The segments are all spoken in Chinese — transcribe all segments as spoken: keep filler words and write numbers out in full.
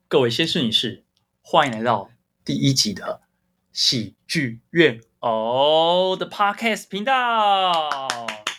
各位先生女士，欢迎来到第一集的喜剧院偶的 Podcast 频道。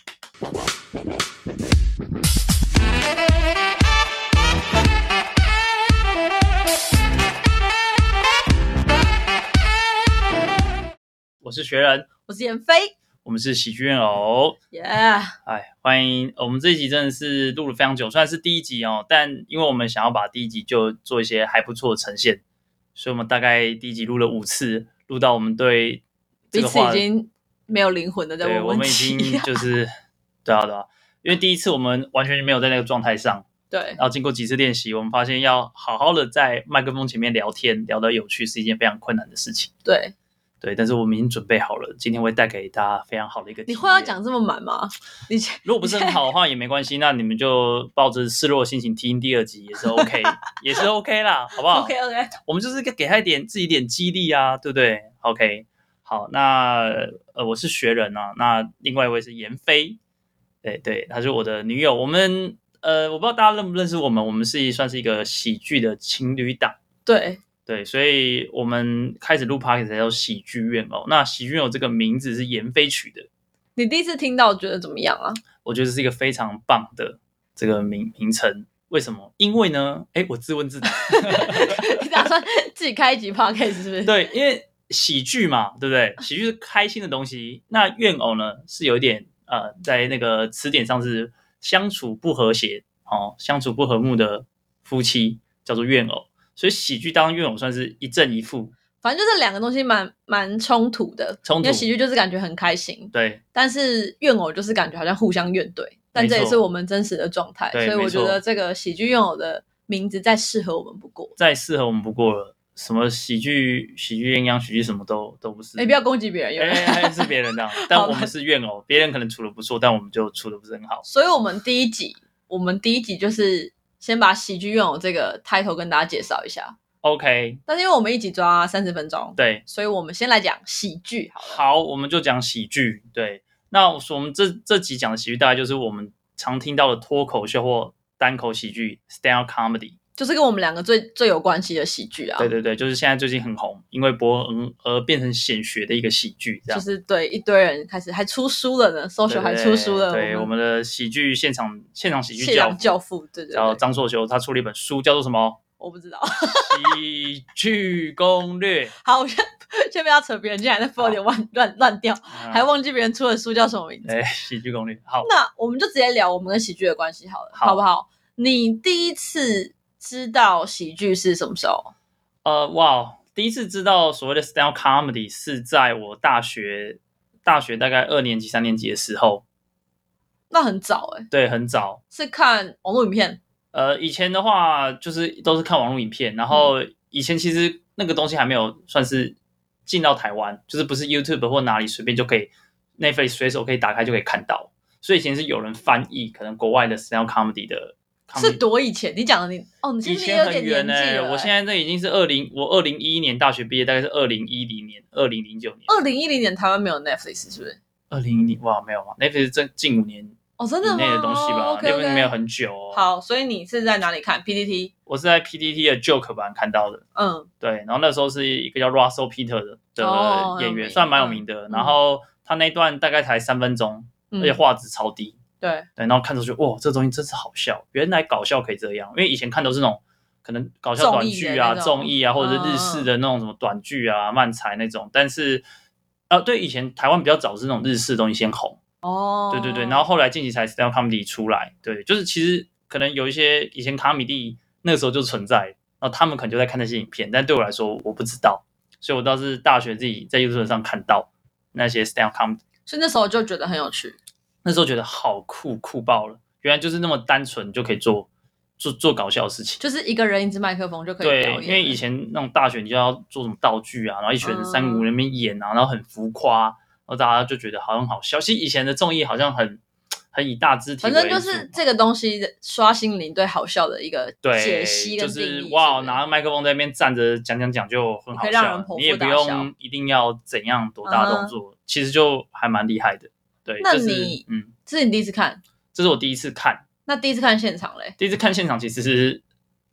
我是学人， 我是妍飞， 我们是喜剧院偶。 耶、 yeah ！哎，欢迎！我们这一集真的是录了非常久，虽然是第一集哦，但因为我们想要把第一集就做一些还不错的呈现，所以我们大概第一集录了五次，录到我们对这个话彼此已经没有灵魂的在问问题。 对，我们已经就是对啊对啊，因为第一次我们完全没有在那个状态上， 对， 然后经过几次练习，我们发现要好好的在麦克风前面聊天，聊得有趣是一件非常困难的事情。 对。 对，但是我们已经准备好了，今天会带给大家非常好的一个体验。 你话要讲这么满吗？你如果不是很好的话也没关系，那你们就抱着示弱的心情听第二集也是 OK， 也是 OK 啦，好不好 ？OK OK， 我们就是给他一点自己一点激励啊，对不对 ？OK， 好，那呃我是学人啊，那另外一位是妍飞，对对，她是我的女友，我们呃我不知道大家认不认识我们，我们是算是一个喜剧的情侣档， 对。 对，所以我们开始录 podcast 才叫喜剧院偶。那喜剧院偶这个名字是妍飞取的。 你第一次听到觉得怎么样啊？ 我觉得是一个非常棒的这个名名称。为什么？因为呢，哎，我自问自答。 你打算自己开一集 podcast 是不是？ 对，因为喜剧嘛，对不对？喜剧是开心的东西。那怨偶呢，是有一点呃，在那个词典上是相处不和谐哦，相处不和睦的夫妻叫做怨偶。所以喜剧当怨偶算是一正一负， 反正就是两个东西蛮蛮冲突的。 冲突， 因为喜剧就是感觉很开心， 对， 但是怨偶就是感觉好像互相怨怼，但这也是我们真实的状态，所以我觉得这个喜剧怨偶的名字再适合我们不过， 再适合我们不过了。什么喜剧、喜剧鸳鸯、喜剧什么都都不是。 哎，不要攻击别人，有人哎是别人的，但我们是怨偶，别人可能处的不错，但我们就处的不是很好。 所以我们第一集，我们第一集就是先把喜剧怨偶这个 title 跟大家介绍一下。 OK， 但是因为我们一集抓三十分钟， 对， 所以我们先来讲喜剧好了。 好，我们就讲喜剧。对，那我们这这集讲的喜剧，大概就是我们常听到的脱口秀或单口喜剧 （stand-up comedy）， 就是跟我们两个最最有关系的喜剧啊。 对对对，就是现在最近很红，因为博恩而变成显学的一个喜剧，这样。 就是对一堆人开始还出书了呢 ，social 还出书了。 对，我们的喜剧现场现场喜剧教父，教父，对对对， 叫张硕修，他出了一本书，叫做什么？ 我不知道。 喜剧攻略。 好，我先先不要扯别人进来，那有点乱乱乱掉， 嗯， 还忘记别人出的书叫什么名字。 哎，喜剧攻略。好， 那我们就直接聊我们跟喜剧的关系好了，好, 好不好？你第一次知道喜剧是什么时候？ 呃，哇，第一次知道所谓的 stand-up comedy 是在我大学大学大概二年级、三年级的时候。 那很早哎，欸。 对，很早。 是看网络影片。 呃，以前的话就是都是看网络影片，然后以前其实那个东西还没有算是进到台湾，就是不是 YouTube 或哪里随便就可以 Netflix 随手可以打开就可以看到，所以以前是有人翻译可能国外的 stand-up comedy 的。 是多以前？你讲的你哦，你以前很远哎， 我现在这已经是二零，我二零一一年大学毕业，大概是二零一零年、二零零九年。 二零一零年台湾没有 Netflix 是不是？ 二零一零哇没有嘛 ，Netflix 这近五年。 哦，真的吗？ 以内的东西吧， okay, okay. 没有很久哦。 好，所以你是在哪里看 P T T？ 我是在 P T T 的 Joke 版看到的。 嗯， 对，然后那时候是一个叫 Russell Peter 的的演员，哦，算蛮有名的。嗯，然后他那段大概才三分钟，嗯，而且画质超低。 对对，然后看出去，哇，这东西真是好笑！原来搞笑可以这样，因为以前看都是那种可能搞笑短剧啊、综艺啊，或者是日式的那种什么短剧啊、漫才那种。但是，啊，对，以前台湾比较早是那种日式的东西先红。 哦， 对对对，然后后来近期才 stand-up comedy 出来，对，就是其实可能有一些以前卡米蒂那个时候就存在，然后他们可能就在看那些影片，但对我来说我不知道，所以我倒是大学自己在 YouTube 上看到那些 stand-up comedy， 所以那时候就觉得很有趣， 那时候觉得好酷酷爆了，原来就是那么单纯就可以做做做搞笑的事情， 就是一个人一支麦克风就可以表演。 对，因为以前那种大学你就要做什么道具啊，然后一群人三个人那边演啊，然后很浮夸。然后大家就觉得好像好笑，其实以前的综艺好像很很以大肢体为主， 反正就是这个东西刷新你对好笑的一个解析跟定义， 就是哇，拿着麦克风在那边站着讲讲讲就很好笑， 可以让人捧腹大笑， 你也不用一定要怎样多大动作，嗯，其实就还蛮厉害的。对， 那你， 就是，嗯， 这是你第一次看？ 这是我第一次看。 那第一次看现场嘞？ 第一次看现场其实是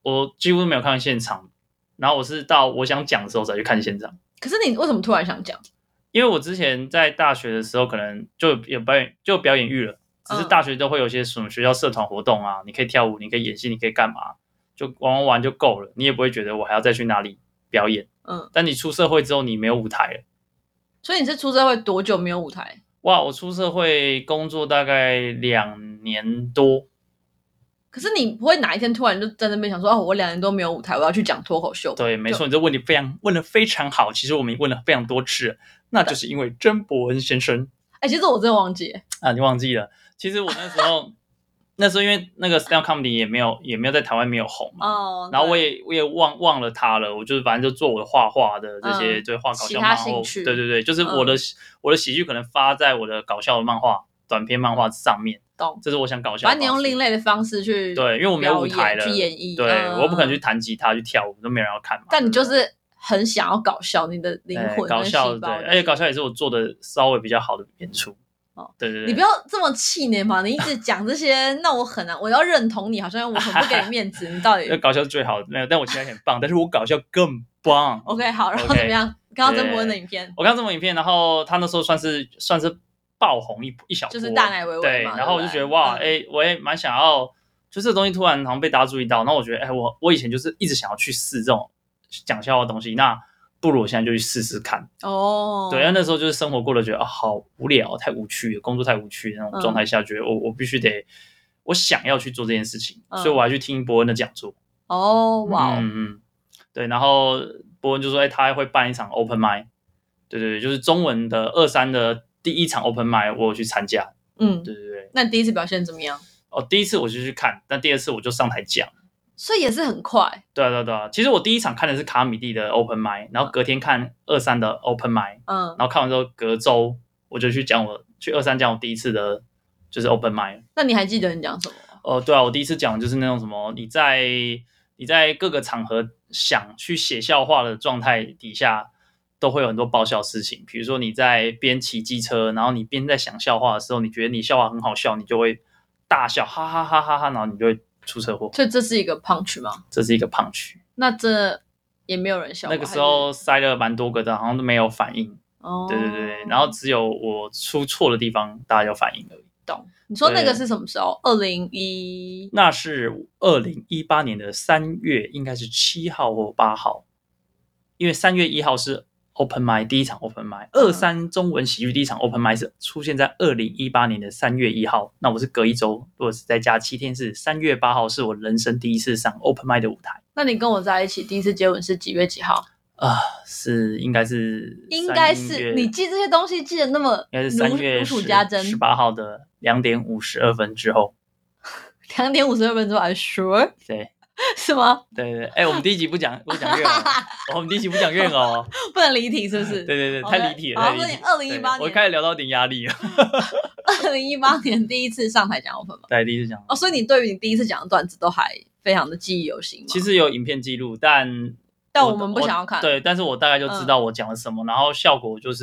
我几乎没有看现场，然后我是到我想讲的时候才去看现场。 可是你为什么突然想讲？ 因为我之前在大学的时候，可能就有表演就有表演欲了，只是大学都会有些什么学校社团活动啊，嗯、你可以跳舞，你可以演戏，你可以干嘛，就玩玩玩就够了，你也不会觉得我还要再去哪里表演。嗯，但你出社会之后，你没有舞台了。 所以你是出社会多久没有舞台？ 哇，我出社会工作大概两年多。 可是你不会哪一天突然就在那边想说，哦，我两年多没有舞台，我要去讲脱口秀。 对，没错，你这问题非常问得非常好。其实我们问了非常多次，那就是因为曾博恩先生。 哎、欸，其实我真的忘记啊，你忘记了？其实我那时候，那时候因为那个 stand up comedy 也没有也没有在台湾没有红嘛，哦，然后我也我也忘忘了他了。我就是反正就做我的画画的这些，对、嗯，画搞笑漫画。对对对，就是我的、嗯、我的喜剧可能发在我的搞笑的漫画、短篇漫画上面。懂，这是我想搞笑的方式。 反正你用另类的方式去， 对，因为我没有舞台了， 去演绎， 对、嗯，我不可能去弹吉他、去跳舞，都没人要看嘛。 但你就是很想要搞笑，你的灵魂、 搞笑，对，而且搞笑也是我做的稍微比较好的演出。哦，对对对， 你不要这么气馁嘛！你一直讲这些，那我很难，我要认同你，好像我很不给你面子。你到底搞笑是最好的，没有，但我其他很棒，但是我搞笑更棒。 OK， 好，然后怎么样？刚刚曾博恩的影片， 我看这部影片，然后他那时候算是算是。爆红一一小波， 就是大奶维维对，然后我就觉得哇，哎、嗯欸，我也蛮想要，就这个东西突然好像被大家注意到，那我觉得，哎、欸，我我以前就是一直想要去试这种讲笑话的东西，那不如我现在就去试试看。哦，对，那时候就是生活过得觉得啊、哦，好无聊，太无趣了，工作太无趣的那种状态下，嗯、觉得我我必须得，我想要去做这件事情，嗯、所以我还去听博恩的讲座。 哦，哇， 嗯嗯，对，然后博恩就说，哎、欸，他会办一场 open mic， 对对对，就是中文的二三的。第一场 open mic 我有去参加，嗯，对对对。 那你第一次表现怎么样？ 哦，第一次我就去看，但第二次我就上台讲， 所以也是很快。 对啊对啊对啊，其实我第一场看的是卡米蒂的 open mic， 然后隔天看二三的 open mic， 嗯，然后看完之后隔周我就去讲我去二三讲我第一次的，就是 open mic。 那你还记得你讲什么？ 哦，对啊，我第一次讲就是那种什么，你在你在各个场合想去写笑话的状态底下。都会有很多爆笑事情，比如说你在边骑机车，然后你边在想笑话的时候，你觉得你笑话很好笑，你就会大笑，哈哈哈哈哈，然后你就会出车祸。 所以这是一个 punch 吗？ 这是一个 punch。 那这也没有人笑。 那个时候塞了蛮多个的，好像都没有反应。哦，对对对，然后只有我出错的地方大家有反应而已。 懂。你说那个是什么时候？二零一？ 那是二零一八年的三月，应该是七号或八号，因为三月一号是。open mic 第一场 open mic， 二三中文喜剧第一场 open mic 是出现在二零一八年的三月一号，那我是隔一周，如果是再加七天是三月八号，是我人生第一次上 open mic 的舞台。 那你跟我在一起第一次接吻是几月几号？ 啊、呃，是应该是应该是你记这些东西记得那么应该是三月十八号的两点五十二分之后， 两点五十二分之后 ，I sure 对。 是吗？ 对对，哎、欸，我们第一集不讲不讲怨偶，我们第一集不讲怨偶， 不能离题，是不是？ 对对对， okay, 太离题了。 好，那你二零一八年， 我开始聊到点压力了。 二零一八年第一次上台讲 open 吗？ 对，第一次讲。 哦，所以你对于你第一次讲的段子都还非常的记忆犹新吗？ 其实有影片记录，但但我们不想要看。 对，但是我大概就知道我讲了什么，嗯、然后效果就是。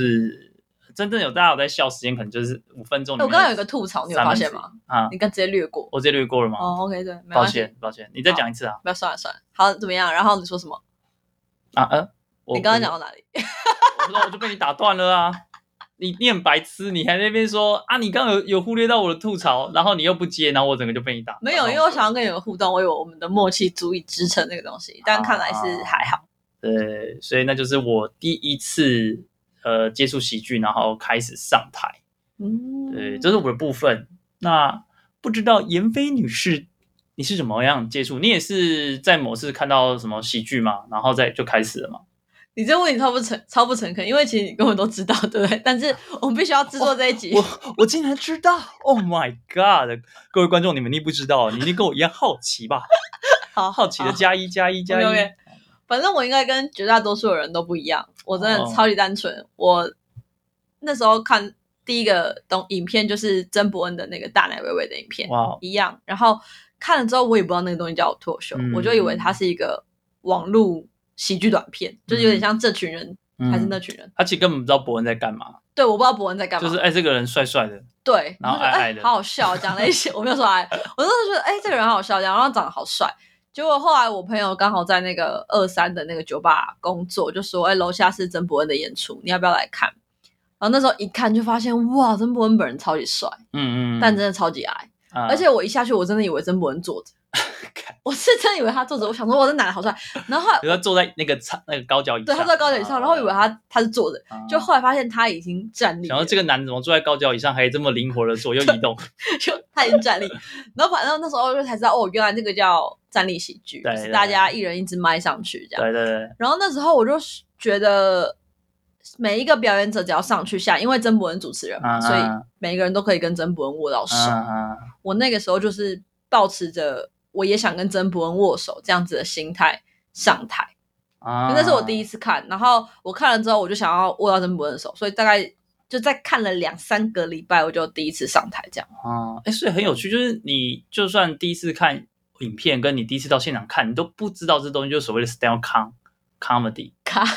真正有大家有在笑时间可能就是五分钟。 我刚刚有一个吐槽，你有发现吗？啊，你刚直接略过。 我直接略过了吗？ 哦 ，OK， 对， 抱歉抱歉，你再讲一次啊。 不要算了算了，好，怎么样？然后你说什么？ 啊呃， 你刚刚讲到哪里？ 我不知道，我就被你打断了啊！你你很白痴，你还在那边说啊，你刚刚有有忽略到我的吐槽，然后你又不接，然后我整个就被你打。 没有，因为我想要跟你有互动，我以为我们的默契足以支撑那个东西，但看来是还好。 对，所以那就是我第一次。呃，接触喜剧，然后开始上台，嗯，对，这是我的部分。那不知道妍霏女士，你是怎么样接触？你也是在某次看到什么喜剧嘛，然后再就开始了嘛？ 你这问题超不诚超不诚恳，因为其实你根本都知道，对不对？但是我们必须要制作这一集。 我我竟然知道 ！Oh my god！ 各位观众，你们一定不知道，你一定跟我一样好奇吧？ 好， 好奇的加一加一加一。 Okay, okay. 反正我应该跟绝大多数的人都不一样，我真的超级单纯。Oh. 我那时候看第一个东影片就是曾博恩的那个大奶微微的影片， wow. 一样。然后看了之后，我也不知道那个东西叫脱口秀，嗯、我就以为它是一个网络喜剧短片，嗯、就是有点像这群人、嗯、还是那群人。 他其实根本不知道博恩在干嘛。 对，我不知道博恩在干嘛。 就是哎，这个人帅帅的， 对， 然后矮矮的， 好好笑，讲了一些，我没有说矮，我就是觉得哎，这个人好好笑，然后长得好帅。 结果后来我朋友刚好在那个二三的那个酒吧工作，就说：“哎、欸，楼下是曾博恩的演出，你要不要来看？”然后那时候一看就发现，哇，曾博恩本人超级帅， 嗯嗯， 但真的超级矮， 啊、 而且我一下去，我真的以为曾博恩坐着。我是真的以为他坐着，我想说哇，这男的好帅。然后后来他坐在那个那个高脚椅上， 对，他坐在高脚椅上， 啊、 然后以为他他是坐着，啊、就后来发现他已经站立了。 想说这个男的怎么坐在高脚椅上，还这么灵活的左右移动？ 就他已经站立，然后反正那时候就才知道哦，原来这个叫站立喜剧，就是大家一人一支麦上去这样。 对对对。 然后那时候我就觉得每一个表演者只要上去下，因为曾博恩主持人嘛，啊、所以每一个人都可以跟曾博恩握到手。啊、我那个时候就是抱持着我也想跟曾博恩握手这样子的心态上台。啊，那是我第一次看，然后我看了之后我就想要握到曾博恩的手，所以大概就在看了两三个礼拜，我就第一次上台这样。 啊，哎，所以很有趣，就是你就算第一次看影片，跟你第一次到现场看，你都不知道这东西就是所谓的 stand up comedy。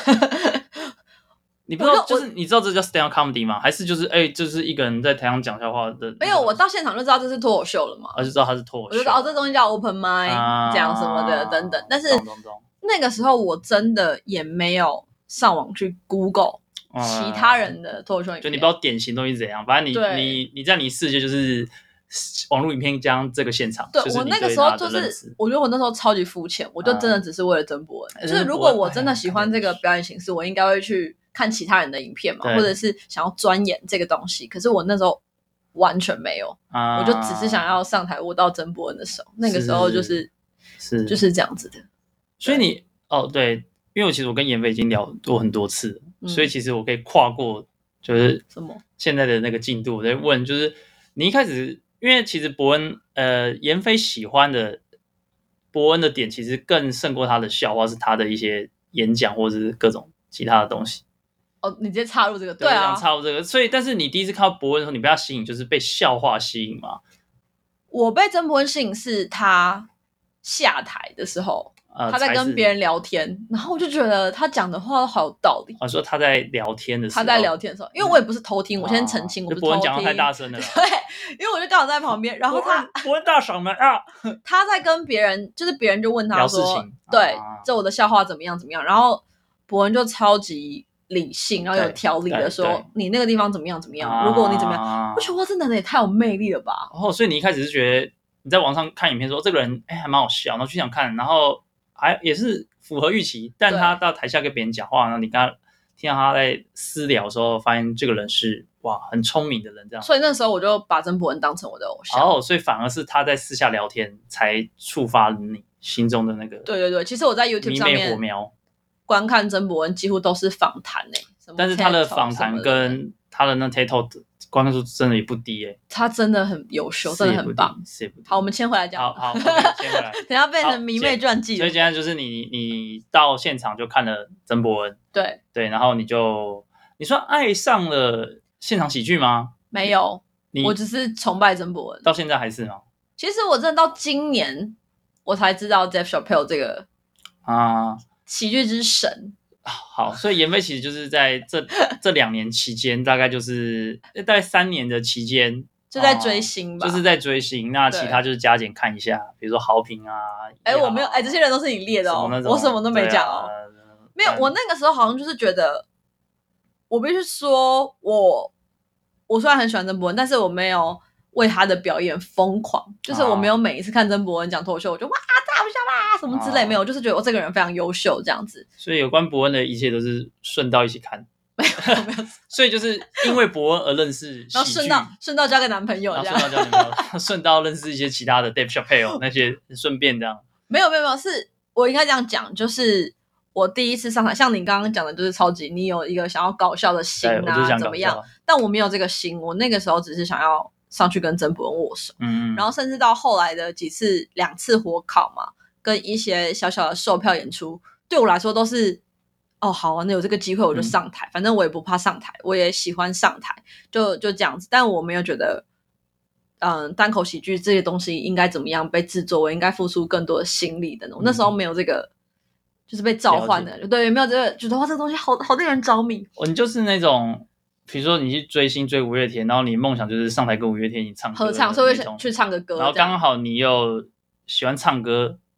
你不知道，就是你知道这叫 stand up comedy 吗？还是就是哎，就是一个人在台上讲笑话的？ 没有，我到现场就知道这是脱口秀了嘛， 我就知道他是脱口秀， 我就知道哦，这东西叫 open mic，啊、这样什么的等等。但是那个时候我真的也没有上网去 Google 其他人的脱口秀影片， 就你不知道典型东西怎样，反正你你你在你世界就是网络影片加上这个现场。 对， 就是、 我那个时候就是，我觉得我那时候超级肤浅，我就真的只是为了曾博恩。就是如果我真的喜欢这个表演形式，我应该会去看其他人的影片嘛，或者是想要钻研这个东西。可是我那时候完全没有，啊、我就只是想要上台握到曾博恩的手。那个时候就是是就是这样子的。 所以你哦对，因为我其实我跟妍霏已经聊过很多次了、嗯，所以其实我可以跨过就是什么现在的那个进度，我在问就是你一开始，因为其实伯恩呃妍霏喜欢的伯恩的点，其实更胜过他的笑话，是他的一些演讲或者是各种其他的东西。 哦，你直接插入这个， 对啊，插入这个，所以但是你第一次看到伯恩的时候，你被他吸引，就是被笑话吸引吗？ 我被曾伯恩吸引是他下台的时候。呃、他在跟别人聊天，然后我就觉得他讲的话都好有道理。 我、哦、说他在聊天的时候， 他在聊天的时候，因为我也不是偷听，嗯、我先澄清，哦、我不是偷听。 伯恩讲太大声了。 对，因为我就刚好在旁边，然后他伯恩大嗓门啊， 他在跟别人，就是别人就问他说，对，啊、这我的笑话怎么样怎么样，然后伯恩就超级理性，然后有条理的说，你那个地方怎么样怎么样，啊、如果你怎么样，我觉得哇，这男的也太有魅力了吧。 哦，所以你一开始是觉得你在网上看影片说这个人哎还蛮好笑，然后去想看，然后。还也是符合预期，但他到台下跟别人讲话，然后你刚听到他在私聊的时候，发现这个人是哇很聪明的人，这样。 所以那时候我就把曾博恩当成我的偶像。 哦，所以反而是他在私下聊天才触发了你心中的那个。 对对对，其实我在 YouTube 上面火苗观看曾博恩几乎都是访谈诶、欸， 但是他的访谈跟他的那 T E D Talk 观看数真的也不低诶、欸， 他真的很优秀，真的很棒。好，我们先回来讲。 好好，先回来。 等一下变成迷妹传记了。 所以今天就是你，你到现场就看了曾博恩， 对对，然后你就你说爱上了现场喜剧吗？ 没有，我只是崇拜曾博恩。 到现在还是吗？ 其实我真的到今年我才知道 Dave Chappelle 这个啊喜剧之神。 好，所以妍霏其实就是在这这两年期间，大概就是大概三年的期间， 就在追星吧、 哦，就是在追星。那其他就是加减看一下，比如说好评啊。 哎、欸，我没有，哎、欸，这些人都是你列的哦，什我什么都没讲哦、啊。没有，我那个时候好像就是觉得，我必须说我，我虽然很喜欢曾博恩，但是我没有为他的表演疯狂，就是我没有每一次看曾博恩讲脱口秀，我就哇太好笑啦什么之类、哦、没有，就是觉得我这个人非常优秀这样子。 所以有关伯恩的一切都是顺道一起看， 没有没有， 所以就是因为伯恩而认识喜剧， 然后顺道顺道交个男朋友， 然后顺道交男朋友，顺道认识一些其他的 Dave Chappelle 那些，顺便这样。 没有没有没有，是我应该这样讲，就是我第一次上台，像你刚刚讲的，就是超级你有一个想要搞笑的心啊，怎么样？但我没有这个心，我那个时候只是想要上去跟曾博恩握手，嗯，然后甚至到后来的几次两次火烤嘛，跟一些小小的售票演出，对我来说都是哦好啊，那有这个机会我就上台、嗯，反正我也不怕上台，我也喜欢上台，就就这样子。但我没有觉得，嗯，单口喜剧这些东西应该怎么样被制作，我应该付出更多的心力的。我那时候没有这个，就是被召唤的，对，没有这个，觉得哇，这个东西好好令人着迷。 你就是那种。比如说你去追星追五月天，然后你梦想就是上台跟五月天一起唱歌合唱，所以会去唱个歌， 然后刚好你又喜欢唱歌，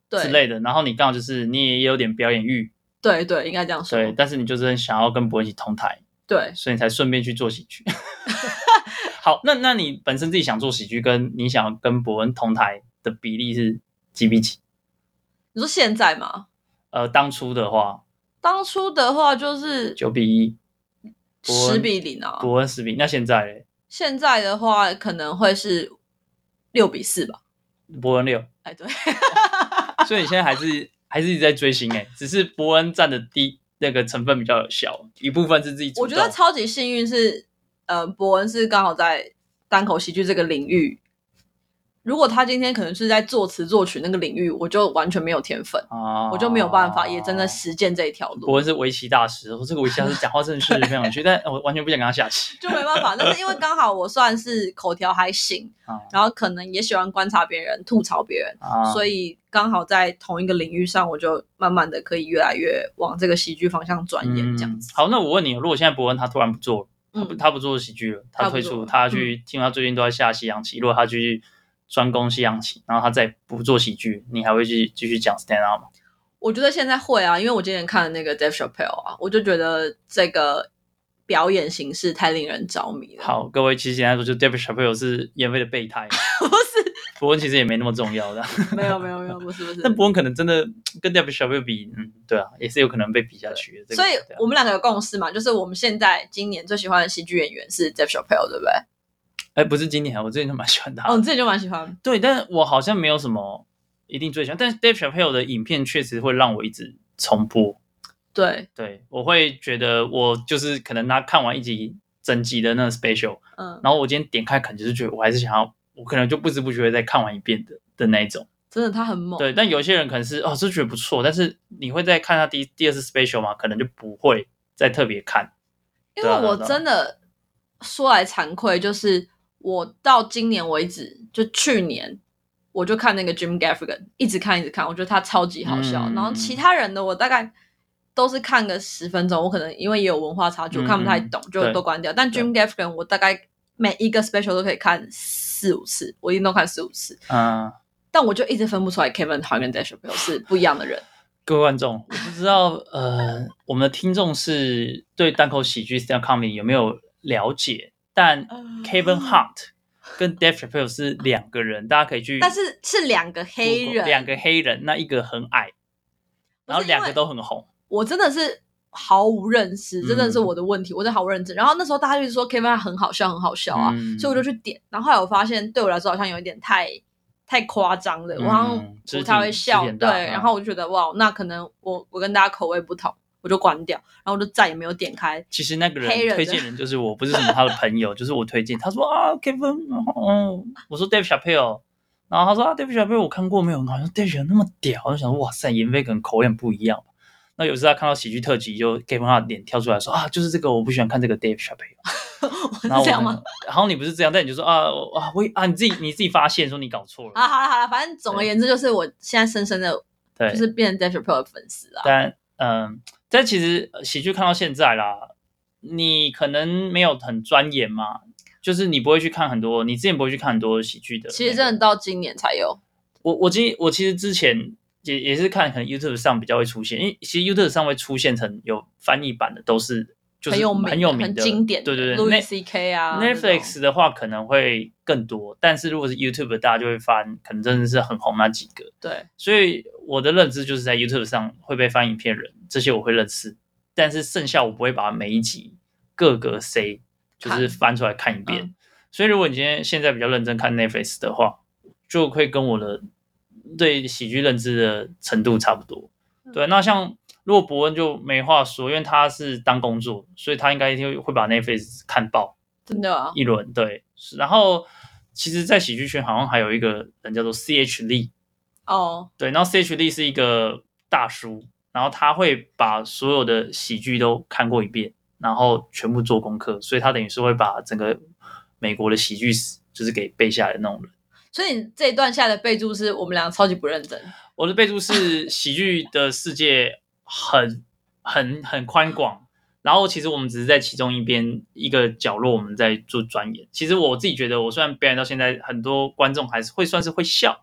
之类的，然后你刚好就是你也有点表演欲， 对对，应该这样说。 对，但是你就是很想要跟伯恩一起同台， 对， 所以你才顺便去做喜剧。好，那那你本身自己想做喜剧，跟你想要跟伯恩同台的比例是几比几？ 你说现在吗？ 呃，当初的话， 当初的话就是九比一， 十比零啊， 伯恩十比，那现在嘞？ 现在的话可能会是六比四吧。 伯恩六， 哎，对， 所以你现在还是还是一直在追星哎、欸，只是伯恩占的低那个成分比较有效，一部分是自己主动。 我觉得超级幸运是，呃，伯恩是刚好在单口喜剧这个领域。如果他今天可能是在作词作曲那个领域，我就完全没有天分，啊、我就没有办法也真的实践这一条路。 伯恩是围棋大师，我这个围棋大师讲话真的是非常有趣，但我完全不想跟他下棋， 就没办法。但是因为刚好我算是口条还行，啊、然后可能也喜欢观察别人、吐槽别人，啊、所以刚好在同一个领域上，我就慢慢的可以越来越往这个喜剧方向钻研，这样子、 嗯。好，那我问你，如果现在伯恩他突然不做了，他不、嗯、他不做喜剧了，他退出，他去、嗯、听说他最近都在下西洋棋，如果他去专攻西洋棋，然后他再不做喜剧，你还会继继续讲 stand up 吗？ 我觉得现在会啊，因为我今天看了那个 Dave Chappelle 啊，我就觉得这个表演形式太令人着迷了。 好，各位，其实简单说，就 Dave Chappelle 是演飞的备胎， 不是伯恩其实也没那么重要的， 没有没有没有，不是不是。 但伯恩可能真的跟 Dave Chappelle 比，嗯，对啊，也是有可能被比下去的。这个、 所以我们两个有共识嘛，就是我们现在今年最喜欢的喜剧演员是 Dave Chappelle， 对不对？ 哎，不是今年，我之前就蛮喜欢他的。 哦，你之前就蛮喜欢。 对，但是我好像没有什么一定最喜欢，但是 Dave Chappelle 的影片确实会让我一直重播。 对对，我会觉得我就是可能他看完一集整集的那个 special，嗯，然后我今天点开，可能就是觉得我还是想要，我可能就不知不觉再看完一遍的的那一种。 真的，他很猛。 对，但有些人可能是哦，就觉得不错，但是你会再看他第第二次 special 吗？可能就不会再特别看。 因为我真的说来惭愧，就是我到今年为止，就去年我就看那个 Jim Gaffigan， 一直看一直看，我觉得他超级好笑。嗯、然后其他人的我大概都是看个十分钟，我可能因为也有文化差距，我看不太懂，嗯、就都关掉。但 Jim Gaffigan 我大概每一个 special 都可以看四五次，我一定都看四五次。嗯，但我就一直分不出来 Kevin Hart 跟 Dave Chappelle 是不一样的人。 各位观众，我不知道呃，我们的听众是对单口喜剧 stand-up comedy 有没有了解？但 Kevin Hart 跟 Dave Chappelle 是两个人，大家可以去， 但是是两个黑人， 两个黑人，那一个很矮，然后两个都很红。 我真的是毫无认识，真的是我的问题，嗯、我真的毫无认知。然后那时候大家就说 Kevin Hart 很好笑，很好笑啊，嗯、所以我就去点。然后后来我发现，对我来说好像有一点太太夸张了，嗯、我好像不太会笑，对。嗯、然后我就觉得哇，那可能我我跟大家口味不同。我就关掉，然后我就再也没有点开。 其实那个人推荐人就是我，不是什么他的朋友，就是我推荐。他说啊 ，Kevin， 然后嗯，我说 Dave Chappelle， 然后他说啊 ，Dave Chappelle 我看过没有？好像 Dave Chappelle 那么屌，我就想说哇塞，妍飞可能口味很不一样。那有时候他看到喜剧特辑，就 Kevin 他的脸跳出来说啊，就是这个我不喜欢看这个 Dave Chappelle。 我是这样吗？ 然后你不是这样，但你就说啊啊，我啊你自己你自己发现说你搞错了啊。好了好了，反正总而言之就是我现在深深的，就是变成 Dave Chappelle 的粉丝啊。 但嗯。但其实喜剧看到现在啦，你可能没有很钻研嘛，就是你不会去看很多，你之前不会去看很多喜剧的。 其实真的到今年才有。 我我今我其实之前也也是看，可能 YouTube 上比较会出现，因为其实 YouTube 上会出现成有翻译版的，都是就是很有名、 很有名的、 很经典的， 对对对 ，Louis C K 啊 ，Netflix 的话可能会更多，但是如果是 YouTube， 大家就会翻，可能真的是很红那几个。 对， 所以我的认知就是在 YouTube 上会被翻影片人，这些我会认识，但是剩下我不会把每一集各个谁就是翻出来看一遍。嗯、所以如果你今天现在比较认真看 Netflix 的话，就会跟我的对喜剧认知的程度差不多。嗯、对，那像如果伯恩就没话说，因为他是当工作，所以他应该一定会把 Netflix 看爆， 真的啊， 一轮对。然后其实，在喜剧圈好像还有一个人叫做 C H Lee。 哦， 对，然后 C H Lee 是一个大叔，然后他会把所有的喜剧都看过一遍，然后全部做功课，所以他等于是会把整个美国的喜剧史就是给背下来的那种人。 所以你这一段下的备注是我们两个超级不认真。 我的备注是喜剧的世界很很很宽广，然后其实我们只是在其中一边一个角落我们在做钻研。其实我自己觉得，我虽然表演到现在，很多观众还是会算是会笑。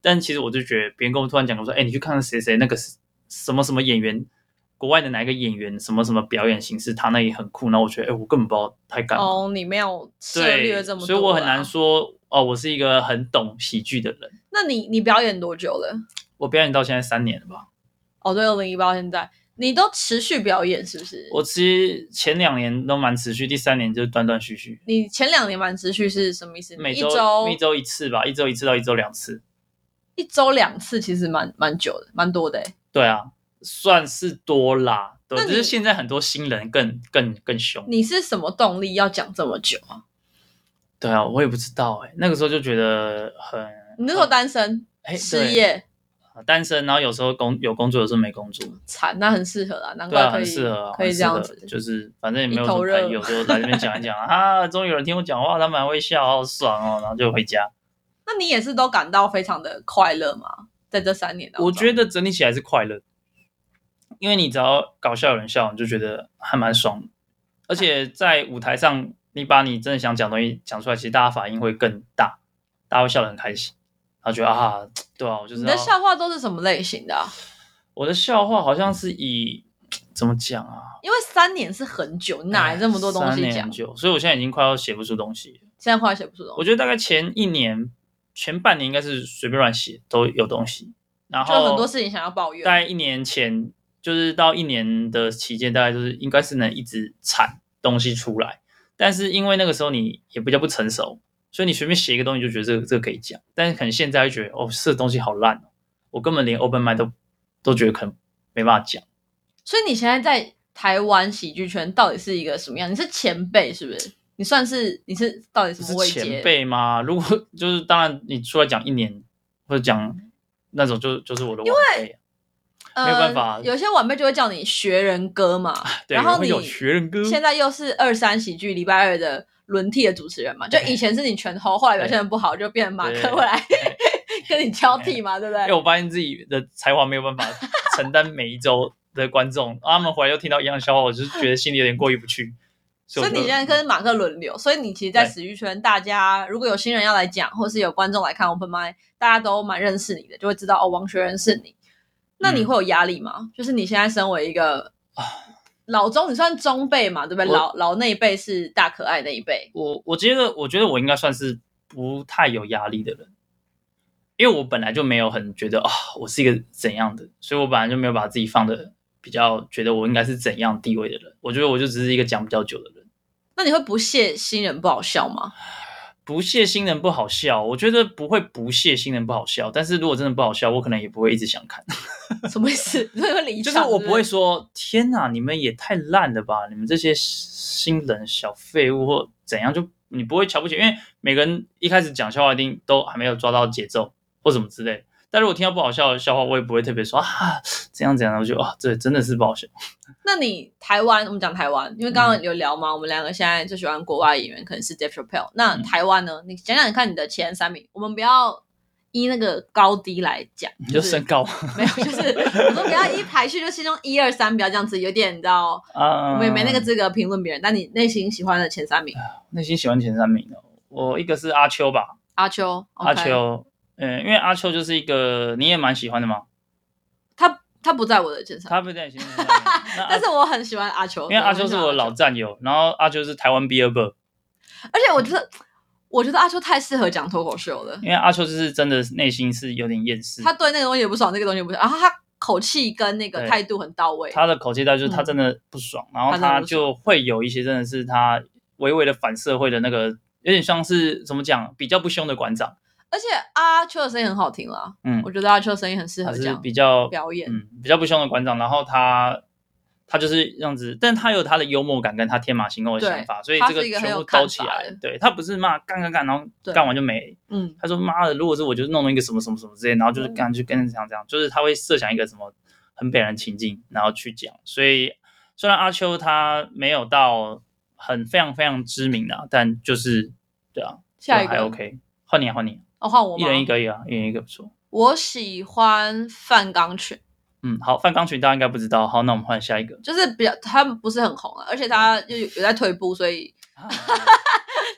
但其实我就觉得别人跟我突然讲说，哎、欸，你去看看谁谁那个什么什么演员，国外的哪一个演员什么什么表演形式，他那里很酷，然后我觉得，哎、欸，我根本不知道太干嘛。 哦，你没有涉猎这么多， 所以我很难说，哦，我是一个很懂喜剧的人。 那你你表演多久了？ 我表演到现在三年了吧？ 哦，对，二零一八现在。你都持续表演是不是？ 我其实前两年都蛮持续，第三年就断断续续。 你前两年蛮持续是什么意思？ 每周一周一周一次吧，一周一次到一周两次。 一周两次其实蛮蛮久的，蛮多的欸。 对啊，算是多啦。对，只是现在很多新人更更更凶。 你是什么动力要讲这么久啊？ 对啊，我也不知道哎、欸。那个时候就觉得很…… 你那时候单身，欸、失业。 单身，然后有时候工有工作，有时候没工作， 惨，那很适合啊，难怪可以， 对啊、很适合、啊， 可以这样子， 就是反正也没有什么朋友，就来这边讲一讲啊，终于有人听我讲话，他们还会笑，好爽哦，然后就回家。 那你也是都感到非常的快乐吗？在这三年当中， 我觉得整体起来是快乐，因为你只要搞笑有人笑，你就觉得还蛮爽的，而且在舞台上，你把你真的想讲的东西讲出来，其实大家反应会更大，大家会笑得很开心。他觉得啊，对啊，我就是你的笑话都是什么类型的啊？ 我的笑话好像是以怎么讲啊？ 因为三年是很久，哪来这么多东西讲？ 三年久，所以我现在已经快要写不出东西了。 现在快要写不出东西。 我觉得大概前一年、前半年应该是随便乱写都有东西，然后就很多事情想要抱怨。 大概一年前，就是到一年的期间，大概就是应该是能一直产东西出来，但是因为那个时候你也比较不成熟。所以你随便写一个东西就觉得这个这个可以讲，但是可能现在会觉得哦，这个东西好烂哦，我根本连 open mic 都都觉得可能没办法讲。 所以你现在在台湾喜剧圈到底是一个什么样？你是前辈是不是？你算是你是到底什么位阶？ 是前辈吗？如果就是当然你出来讲一年或者讲那种就就是我的晚辈。没有办法、 呃，有些晚辈就会叫你学人哥嘛， 对， 然后你有学人哥， 现在又是二三喜剧礼拜二的轮替的主持人嘛，就以前是你全后，后来表现的不好，就变成马克会来跟你挑剔嘛，对不对？ 因为我发现自己的才华没有办法承担每一周的观众，他们回来又听到一样的笑话，我就是觉得心里有点过意不去。 所以你现在跟马克轮流，所以你其实，在喜剧圈，大家如果有新人要来讲，或是有观众来看 Open Mic， 大家都蛮认识你的，就会知道哦，王学仁是你。那你会有压力吗？嗯、就是你现在身为一个老中，你算中辈嘛，对不对？老老那一辈是大可爱那一辈。 我我觉得，我觉得我应该算是不太有压力的人，因为我本来就没有很觉得啊、哦，我是一个怎样的，所以我本来就没有把自己放的比较觉得我应该是怎样地位的人。我觉得我就只是一个讲比较久的人。 那你会不屑新人不好笑吗？ 不屑新人不好笑，我觉得不会不屑新人不好笑，但是如果真的不好笑，我可能也不会一直想看。 什么意思？你会离场？ 就是我不会说天哪，你们也太烂了吧，你们这些新人小废物或怎样，就你不会瞧不起，因为每个人一开始讲笑话一定都还没有抓到节奏或什么之类的。但如果听到不好笑的笑话，我也不会特别说啊怎样怎样，我就啊这真的是不好笑。 那你台湾，我们讲台湾，因为刚刚有聊嘛，嗯、我们两个现在最喜欢国外演员可能是 Dave Chappelle。那台湾呢？嗯、你讲讲看你的前三名，我们不要依那个高低来讲， 你就身高没有，就是我说不要依排序，就其中一二三，不要这样子，有点你知道，嗯、我们也没那个资格评论别人。但你内心喜欢的前三名， 内心喜欢前三名的，我一个是阿秋吧， 阿秋， okay、阿秋。嗯，因为阿秋就是一个你也蛮喜欢的吗？ 他他不在我的前三， 他不在前三， 但是我很喜欢阿秋， 因为阿秋是我的老战友，然后阿秋是台湾 Billboard， 而且我觉得我觉得阿秋太适合讲脱口秀了， 因为阿秋就是真的内心是有点厌世， 他对那个东西也不爽，这个东西也不爽，然后他口气跟那个态度很到位， 他的口气态就是他真的不爽，嗯、然后他就会有一些真的是他微微的反社会的那个，有点像是怎么讲，比较不凶的馆长。 而且阿秋的声音很好听啦，嗯，我觉得阿秋的声音很适合这样比较表演， 嗯，比较不凶的馆长，然后他他就是这样子，但他有他的幽默感跟他天马行空的想法，所以这个全部兜起来，对，他不是骂干干干，然后干完就没，嗯，他说妈的，如果是我就是弄一个什么什么什么之类，然后就是干就跟这样这样，就是他会设想一个什么很北人情境，然后去讲，所以虽然阿秋他没有到很非常非常知名啊，但就是对啊， 下一个还 OK， 换你啊换你。 哦，换我吗？ 一人一个啊，一人一个不错。 我喜欢范钢群。 嗯，好，范钢群大家应该不知道。好，那我们换下一个。 就是比较，他不是很红啊，而且他又有在退步，所以，啊、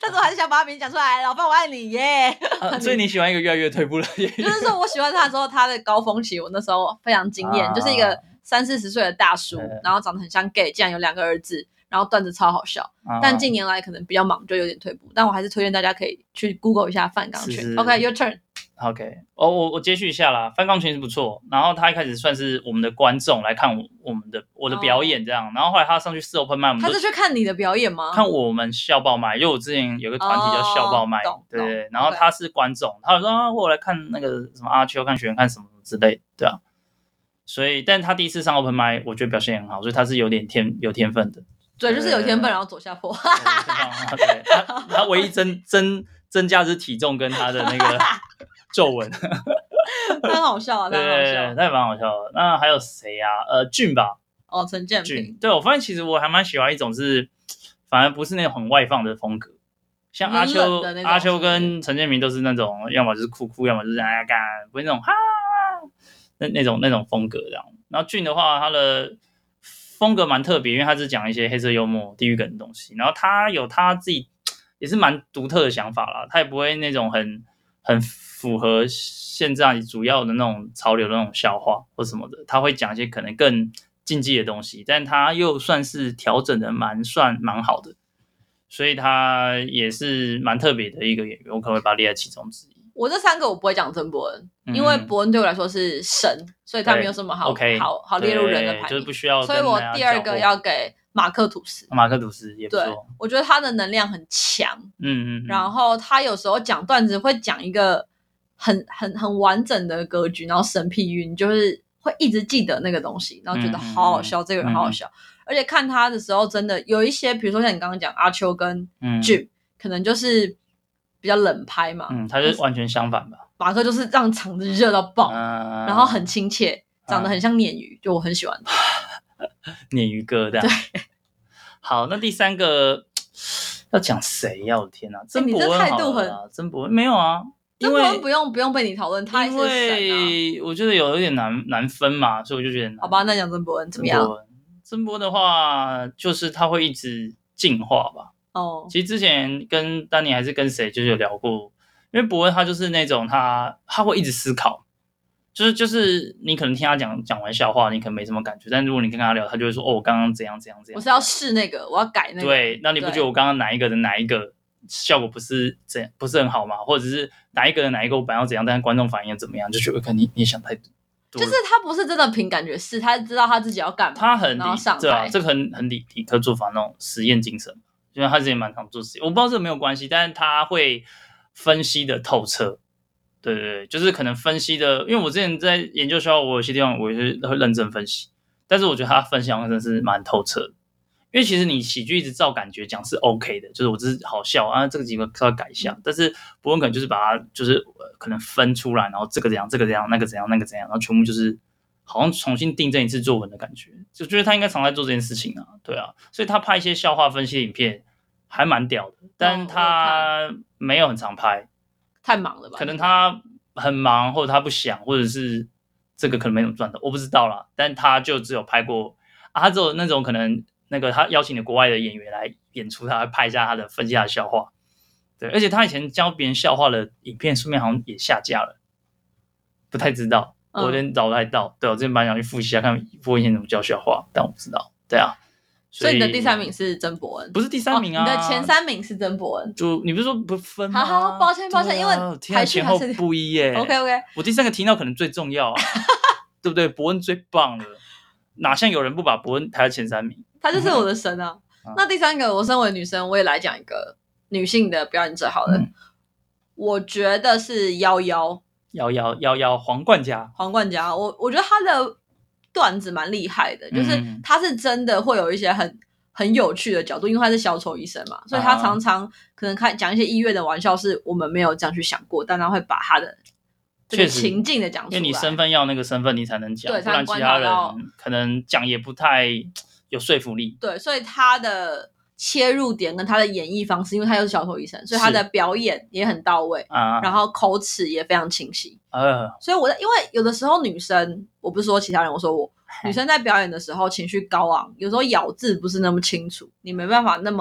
但是我还是想把他名字讲出来，老范我爱你耶、yeah 啊。所以你喜欢一个越来越退步的演员？ 就是说我喜欢他的时候，他的高峰期，我那时候非常惊艳、啊，就是一个三四十岁的大叔，然后长得很像 gay， 竟然有两个儿子，然后段子超好笑。啊、但近年来可能比较忙，就有点退步。但我还是推荐大家可以去 Google 一下范钢群。OK，your、okay, turn。OK， 哦，我我接续一下啦，范钢群是不错。然后他一开始算是我们的观众来看我我们的我的表演这样，哦、然后后来他上去试 open mic， 他是去看你的表演吗？ 看我们笑爆麦，因为我之前有个团体叫笑爆麦，哦、对对。然后他是观众， okay. 他就说啊，我来看那个什么阿秋，看学员看什么之类，对啊。所以，但他第一次上 open mic， 我觉得表现很好，所以他是有点天有天分的。 对，就是有天分，然后走下坡。 对，对他, 他唯一增增增加是体重跟他的那个皱纹。 他很好笑啊，他很好笑， 他也蛮好笑的。那还有谁啊？呃，俊吧。 哦，陈建平。 对，我发现其实我还蛮喜欢一种是，反而不是那种很外放的风格。像阿秋、阿秋跟陈建平都是那种，要么就是哭哭，要么就是哎干，不是那种哈那那种那种风格这样。然后俊的话，他的风格蛮特别，因为他是讲一些黑色幽默、地狱梗的东西。然后他有他自己也是蛮独特的想法啦，他也不会那种很很符合现在主要的那种潮流的那种笑话或什么的，他会讲一些可能更禁忌的东西，但他又算是调整的蛮算蛮好的，所以他也是蛮特别的一个演员，我可能会把他列在其中之一。 我这三个我不会讲曾伯恩、嗯，因为伯恩对我来说是神，所以他没有什么好、okay, 好好列入人的排名， 就是不需要。 所以我第二个要给马克吐斯。 马克吐斯也不错， 对，我觉得他的能量很强， 嗯嗯， 然后他有时候讲段子会讲一个很很很完整的格局，然后神譬喻，你就是会一直记得那个东西，然后觉得好好笑，嗯、这个人好好笑、嗯。而且看他的时候，真的有一些，比如说像你刚刚讲阿秋跟 Jim、嗯、可能就是比较冷拍嘛， 嗯，他就是完全相反吧。 马克就是让场子热到爆、嗯，然后很亲切，长得很像鲶鱼，嗯、就我很喜欢他。 鲶鱼哥这样。对。好，那第三个要讲谁呀？我的天哪，曾伯恩好了啦，曾伯恩没有啊。 曾伯恩不用不用被你讨论，他也是神啊。 因为我觉得有一点难难分嘛，所以我就觉得好吧，那讲曾伯恩怎么样？ 曾伯恩的话，就是他会一直进化吧。 哦， 其实之前跟丹尼还是跟谁就是有聊过，因为伯恩他就是那种他他会一直思考，就是就是你可能听他讲讲完笑话，你可能没什么感觉，但如果你跟他聊，他就会说哦，我刚刚怎样怎样怎样。 我是要试那个，我要改那个。 对，那你不觉得我刚刚哪一个的哪一个效果不是怎不是很好吗？或者是哪一个的哪一个我本来要怎样，但是观众反应怎么样，就觉得可能你你想太多。 就是他不是真的凭感觉试，他知道他自己要干嘛， 他很然后上台。 对啊，这个很很理理科做法那种实验精神，因为他之前蛮常做实验，我不知道这个没有关系，但是他会分析的透彻。对对对，就是可能分析的，因为我之前在研究校，我有些地方我也是会认真分析，但是我觉得他分析好像真的是蛮透彻的。因为其实你喜剧一直照感觉讲是 OK 的，就是我只是好笑啊，这个几个稍微改一下，但是伯恩可能就是把它就是、呃、可能分出来，然后这个怎样，这个怎样，那个怎样，那个怎样，然后全部就是好像重新订正一次作文的感觉，就觉得他应该常在做这件事情啊，对啊，所以他拍一些笑话分析的影片还蛮屌的，但他没有很常拍， 太忙了吧？ 可能他很忙，或者他不想，或者是这个可能没怎么赚到，我不知道啦，但他就只有拍过啊，他只有那种可能。那个他邀请的国外的演员来演出，他拍一下他的分析他的笑话，对，而且他以前教别人笑话的影片顺便好像也下架了，不太知道，我有点找不太到。嗯、对，我之前蛮想去复习一下，看伯恩以前怎么教笑话，但我不知道。对啊， 所以你的第三名是曾伯恩， 不是第三名啊？ 哦、你的前三名是曾伯恩， 就你不是说不分吗？ 好好，抱歉抱歉，啊、因为排序前后不一耶。 OK OK， 我第三个提到可能最重要啊，对不对？伯恩最棒了，哪像有人不把伯恩排在前三名？ 他就是我的神啊！嗯、那第三个，我身为女生，我也来讲一个女性的表演者好了。嗯、我觉得是夭夭， 夭夭夭夭黄冠嘉， 黄冠嘉，我我觉得他的段子蛮厉害的，就是他是真的会有一些很很有趣的角度，因为他是小丑医生嘛，所以他常常可能开讲一些医院的玩笑，是我们没有这样去想过，但他会把他的这个情境的讲出来， 因为你身份要那个身份，你才能讲，不然其他人可能讲也不太。有说服力， 对，所以他的切入点跟他的演绎方式，因为他又是小丑医生，所以他的表演也很到位，啊、然后口齿也非常清晰。呃、所以我在，因为有的时候女生，我不是说其他人，我说我女生在表演的时候情绪高昂，有时候咬字不是那么清楚，你没办法那么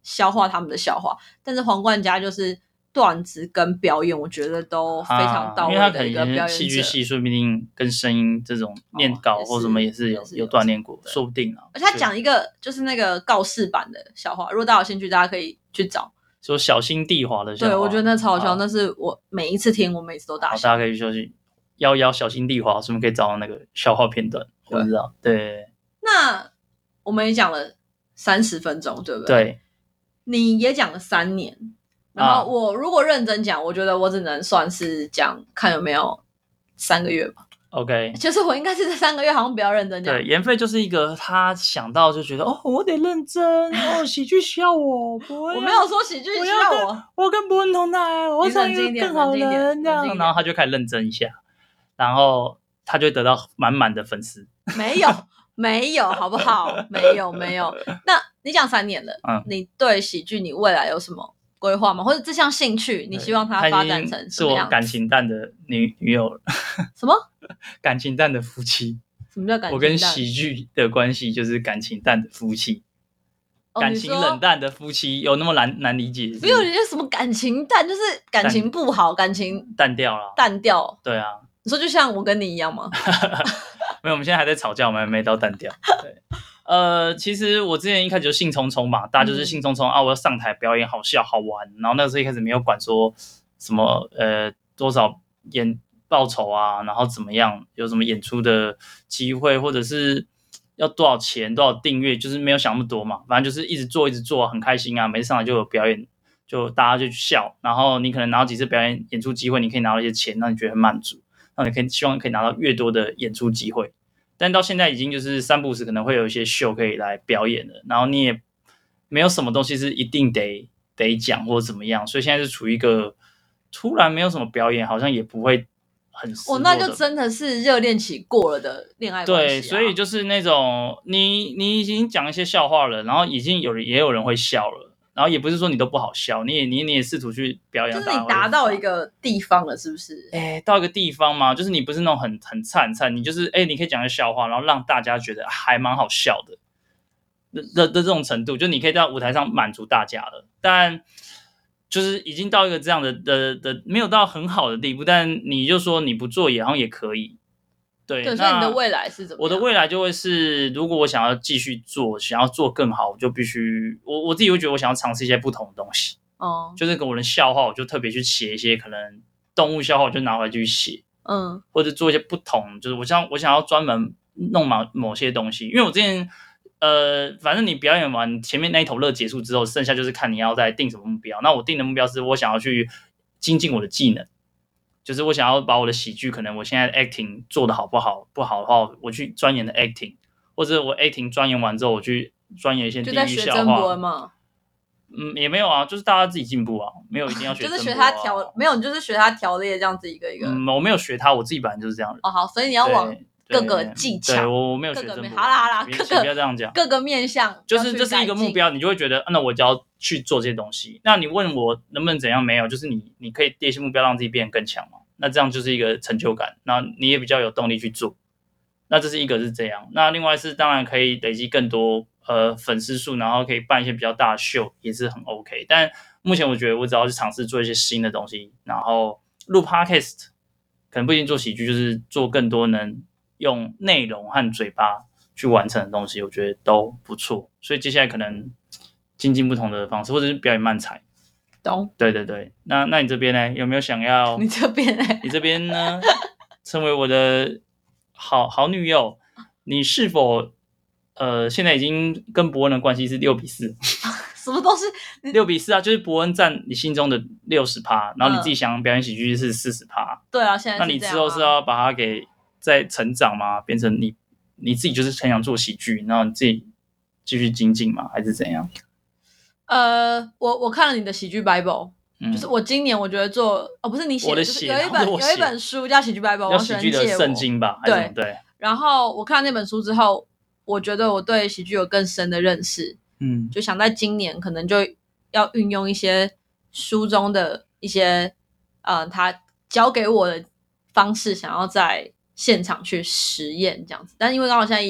消化他们的笑话，但是黄冠佳就是段子跟表演，我觉得都非常到位的一个表演者。 啊、因为他可能戏剧系说不定跟声音这种念稿或什么也是有、哦、是有锻炼过，说不定啊。 而且他讲一个就是那个告示版的笑话，如果大家有兴趣，大家可以去找。 说小心地滑的笑话， 对，我觉得那超好笑，那是我每一次听，我每次都大笑。 大家可以休息，幺幺小心地滑，是不是可以找到那个笑话片段？我不知道。对， 那我们也讲了三十分钟，对不对？对， 你也讲了三年，然后我如果认真讲，我觉得我只能算是讲看有没有三个月吧。 OK， 就是我应该是这三个月好像比较认真讲。 对，妍霏就是一个他想到就觉得哦，我得认真哦，喜剧需要我， 我没有说喜剧需要我， 我跟伯恩同台，我要当一个更好的人这样，然后他就开始认真一下，然后他就会得到满满的粉丝。 没有，没有，好不好？没有，没有。那你讲三年了，嗯，你对喜剧你未来有什么规划吗？或者这项兴趣，你希望它发展成什么样子？ 是我感情淡的女女友了。 什么？ 感情淡的夫妻？ 什么叫感情淡？ 我跟喜剧的关系就是感情淡的夫妻。哦、感情冷淡的夫妻有那么难难理解？ 没有人家什么感情淡，就是感情不好，感情淡掉了， 淡掉。 对啊， 你说就像我跟你一样吗？ 没有，我们现在还在吵架，我们还没到淡掉。对，呃，其实我之前一开始就兴冲冲嘛，大家就是兴冲冲、嗯、啊，我要上台表演，好笑好玩。然后那个时候一开始没有管说什么呃多少演报酬啊，然后怎么样，有什么演出的机会，或者是要多少钱、多少订阅，就是没有想那么多嘛。反正就是一直做，一直做，很开心啊。每次上来就有表演，就大家就去笑，然后你可能拿到几次表演演出机会，你可以拿到一些钱，让你觉得很满足。那你可以希望可以拿到越多的演出机会，但到现在已经就是三不五时可能会有一些秀可以来表演了，然后你也没有什么东西是一定得得讲或者怎么样，所以现在是处于一个突然没有什么表演，好像也不会很失落的。 哦，那就真的是热恋期过了的恋爱关系、啊。 对，所以就是那种你你已经讲一些笑话了，然后已经有也有人会笑了。然后也不是说你都不好笑，你也你你也试图去表演， 就是你达到一个地方了，是不是？ 哎，到一个地方嘛，就是你不是那种很很灿灿，你就是哎，你可以讲一个笑话，然后让大家觉得还蛮好笑的的的的这种程度，就你可以在舞台上满足大家了。但就是已经到一个这样的的的没有到很好的地步，但你就说你不做也好像也可以。对， 对，所以你的未来是怎么样？ 我的未来就会是，如果我想要继续做，想要做更好，我就必须，我我自己会觉得我想要尝试一些不同的东西。哦，就是跟我的笑话，我就特别去写一些可能动物笑话，我就拿回来去写，嗯，或者做一些不同，就是我想我想要专门弄某某些东西，因为我之前呃，反正你表演完前面那一头乐结束之后，剩下就是看你要再定什么目标。那我定的目标是我想要去精进我的技能。就是我想要把我的喜剧，可能我现在 acting 做的好不好，不好的话，我去钻研的 acting， 或者我 acting 钻研完之后，我去钻研一些地狱笑话。就在学曾博吗？嗯，也没有啊，就是大家自己进步啊，没有一定要学、啊。 就是学他条，没有，你就是学他条列这样子一个一个。 嗯，我没有学他，我自己本来就是这样的。 哦，好，所以你要往各个技巧。 对，我没有学曾博。 好啦好啦，各个不要这样讲， 各个面向， 就是这是一个目标，你就会觉得，啊、那我就要去做这些东西。那你问我能不能怎样？没有，就是你你可以列一些目标，让自己变得更强嘛。那这样就是一个成就感，那你也比较有动力去做。那这是一个是这样，那另外是当然可以累积更多呃粉丝数，然后可以办一些比较大的秀，也是很 OK。但目前我觉得我只要去尝试做一些新的东西，然后录 Podcast， 可能不一定做喜剧，就是做更多能用内容和嘴巴去完成的东西，我觉得都不错。所以接下来可能精进不同的方式，或者是表演漫才。 懂， 对对对，那那你这边呢？有没有想要？ 你这边呢？ 你这边呢？成为我的好好女友，你是否呃现在已经跟伯恩的关系是六比四？ 什么都是六比四啊，就是伯恩占你心中的六十趴，然后你自己想表演喜剧是四十趴。 对啊，现在是这样啊。 那你之后是要把它给再成长吗？变成你你自己就是很想做喜剧，然后你自己继续精进吗？还是怎样？ 呃，我我看了你的喜剧 Bible，、嗯、就是我今年我觉得做哦，不是你写的， 我的写就是有一本有一本书叫喜剧 Bible， 叫喜剧的圣经吧？ 对对。 然后我看了那本书之后，我觉得我对喜剧有更深的认识，嗯，就想在今年可能就要运用一些书中的一些呃，他教给我的方式，想要在现场去实验这样子。但因为刚好现在疫情，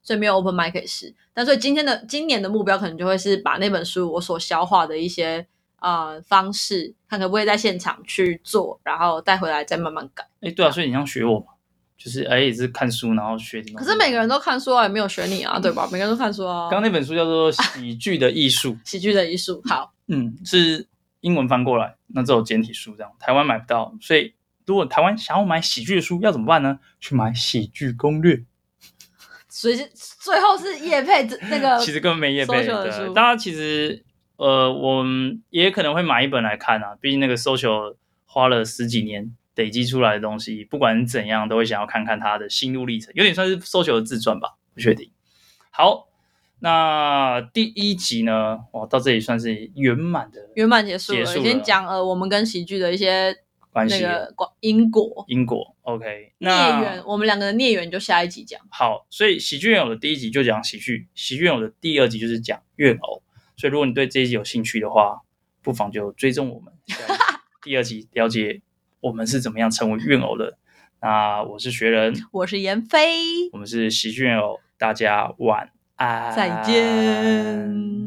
所以没有 open mic 可以试。但所以今天的今年的目标可能就会是把那本书我所消化的一些呃方式，看可不可以在现场去做，然后带回来再慢慢改。 哎，对啊，所以你像学我嘛，就是哎也是看书然后学点东西。 可是每个人都看书啊，也没有学你啊，对吧？每个人都看书啊。 刚刚那本书叫做《喜剧的艺术》， 喜剧的艺术，好， 嗯，是英文翻过来，那这有简体书这样，台湾买不到，所以如果台湾想要买喜剧的书要怎么办呢？去买喜剧攻略。 所以最后是业配那个， 其实根本没业配的书。大家其实呃，我们也可能会买一本来看啊，毕竟那个 social 花了十几年累积出来的东西，不管怎样都会想要看看他的心路历程，有点算是 social 的自传吧，不确定。好，那第一集呢，哇，到这里算是圆满的圆满结束了， 结束了， 已经讲了我们跟喜剧的一些关系， 那个因果， 因果 ，OK， 孽缘，我们两个的孽缘就下一集讲。 好，所以喜剧怨偶的第一集就讲喜剧，喜剧怨偶的第二集就是讲怨偶。所以如果你对这一集有兴趣的话，不妨就追踪我们第二集，了解我们是怎么样成为怨偶的。那我是学人， 我是妍霏， 我们是喜剧怨偶，大家晚安， 再见。